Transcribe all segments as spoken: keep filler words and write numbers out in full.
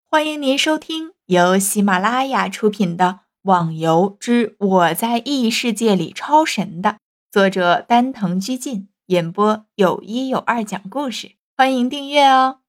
欢迎您收听由喜马拉雅出品的《网游之我在异世界里超神》的作者丹藤居进演播，有一有二讲故事，欢迎订阅哦。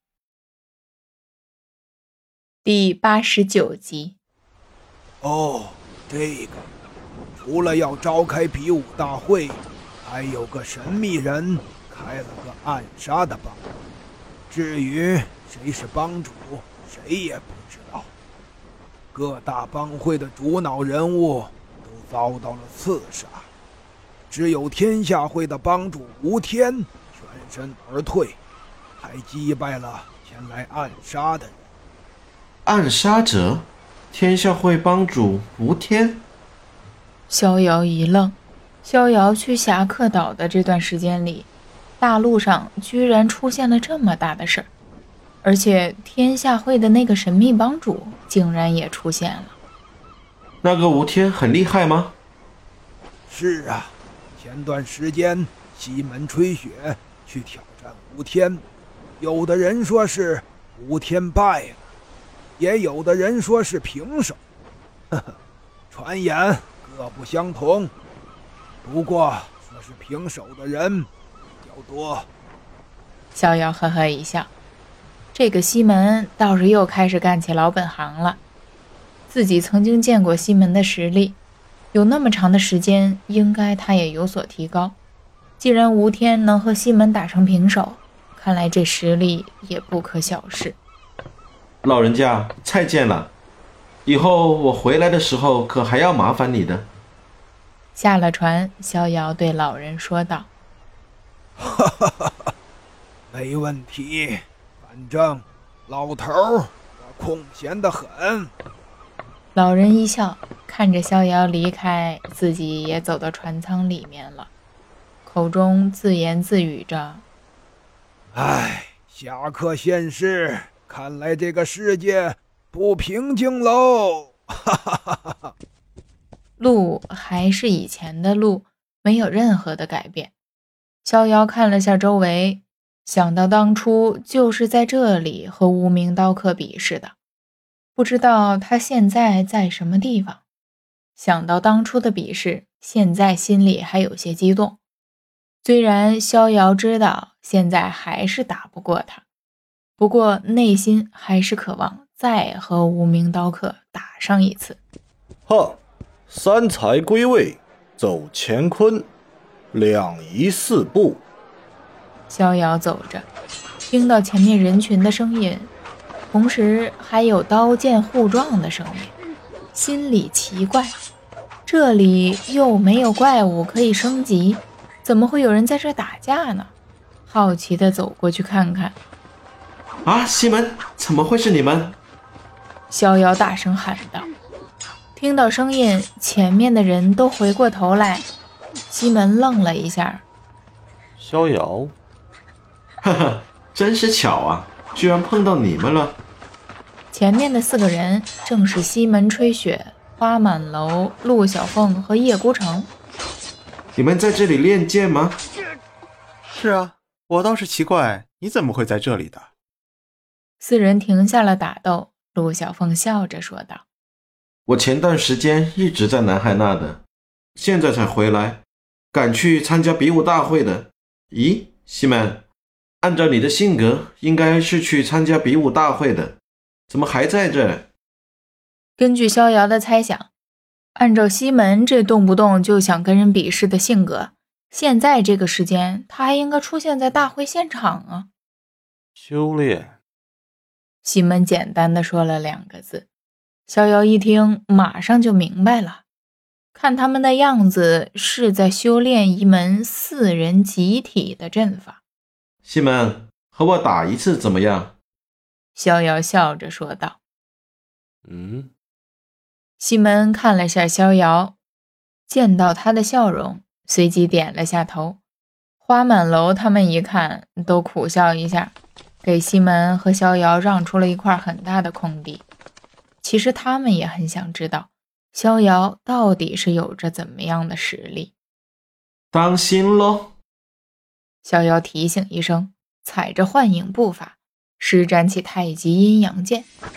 第八十九集。 哦，这个除了要召开比武大会，还有个神秘人开了个暗杀的帮，至于谁是帮主，谁也不知道。各大帮会的主脑人物都遭到了刺杀，只有天下会的帮主吴天全身而退，还击败了前来暗杀的人。 暗杀者？天下会帮主吴天？ 逍遥一愣，逍遥去侠客岛的这段时间里，大陆上居然出现了这么大的事儿，而且天下会的那个神秘帮主竟然也出现了。 那个吴天很厉害吗？ 是啊，前段时间西门吹雪去挑战吴天，有的人说是吴天败了，也有的人说是平手，呵呵，传言各不相同。不过说是平手的人比较多。 逍遥呵呵一笑，这个西门倒是又开始干起老本行了。自己曾经见过西门的实力，有那么长的时间，应该他也有所提高。既然吴天能和西门打成平手，看来这实力也不可小视。 老人家再见了，以后我回来的时候可还要麻烦你的。 下了船，逍遥对老人说道： 哈哈哈哈，没问题，反正老头儿我空闲得很。 老人一笑，看着逍遥离开，自己也走到船舱里面了，口中自言自语着： 唉，侠客现世，看来这个世界不平静喽！哈哈哈哈哈。 路还是以前的路，没有任何的改变。逍遥看了下周围，想到当初就是在这里和无名刀客比试的，不知道他现在在什么地方。想到当初的比试，现在心里还有些激动。虽然逍遥知道现在还是打不过他，不过内心还是渴望再和无名刀客打上一次。 呵，三才归位，走乾坤，两仪四步。 逍遥走着，听到前面人群的声音，同时还有刀剑互撞的声音，心里奇怪，这里又没有怪物可以升级，怎么会有人在这打架呢？好奇地走过去看看。 啊，西门，怎么会是你们？ 逍遥大声喊道。听到声音，前面的人都回过头来。西门愣了一下。 逍遥， 呵呵，真是巧啊，居然碰到你们了。 前面的四个人正是西门吹雪、花满楼、陆小凤和叶孤城。 你们在这里练剑吗？ 是啊，我倒是奇怪，你怎么会在这里的？ 四人停下了打斗，陆小凤笑着说道： 我前段时间一直在南海那的，现在才回来，赶去参加比武大会的。咦，西门，按照你的性格，应该是去参加比武大会的，怎么还在这？ 根据逍遥的猜想，按照西门这动不动就想跟人比试的性格，现在这个时间他还应该出现在大会现场啊。 修炼。 西门简单的说了两个字，逍遥一听马上就明白了，看他们的样子是在修炼一门四人集体的阵法。 西门，和我打一次怎么样？ 逍遥笑着说道。 嗯。 西门看了下逍遥，见到他的笑容，随即点了下头。花满楼他们一看，都苦笑一下，给西门和逍遥让出了一块很大的空地。其实他们也很想知道，逍遥到底是有着怎么样的实力。 当心咯！ 逍遥提醒一声，踩着幻影步伐，施展起太极阴阳剑。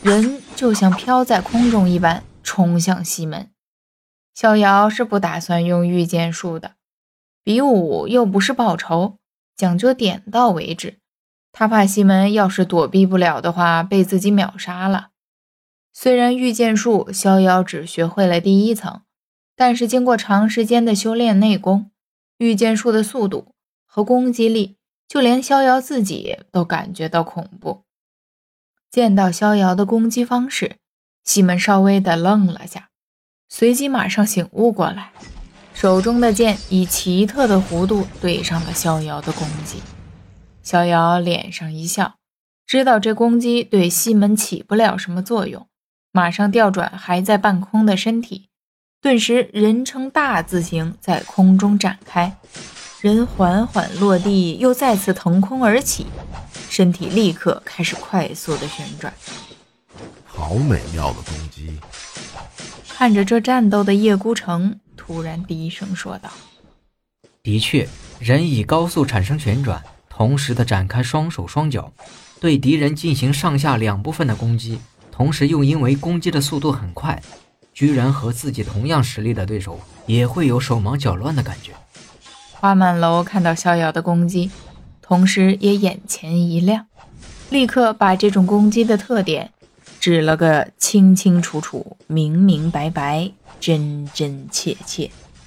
人就像飘在空中一般冲向西门。逍遥是不打算用御剑术的，比武又不是报仇，讲究点到为止。他怕西门要是躲避不了的话，被自己秒杀了。虽然御剑术逍遥只学会了第一层，但是经过长时间的修炼内功，御剑术的速度和攻击力，就连逍遥自己都感觉到恐怖。见到逍遥的攻击方式，西门稍微的愣了下，随即马上醒悟过来，手中的剑以奇特的弧度对上了逍遥的攻击。逍遥脸上一笑，知道这攻击对西门起不了什么作用，马上调转还在半空的身体，顿时人称大字形在空中展开，人缓缓落地，又再次腾空而起，身体立刻开始快速的旋转。 好美妙的攻击！ 看着这战斗的叶孤城突然低声说道： 的确，人以高速产生旋转，同时的展开双手双脚，对敌人进行上下两部分的攻击，同时又因为攻击的速度很快，居然和自己同样实力的对手也会有手忙脚乱的感觉。 花满楼看到逍遥的攻击，同时也眼前一亮，立刻把这种攻击的特点指了个清清楚楚、明明白白、真真切切。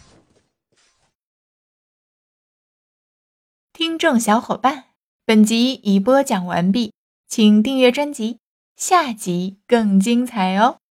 听众小伙伴，本集已播讲完毕，请订阅专辑，下集更精彩哦。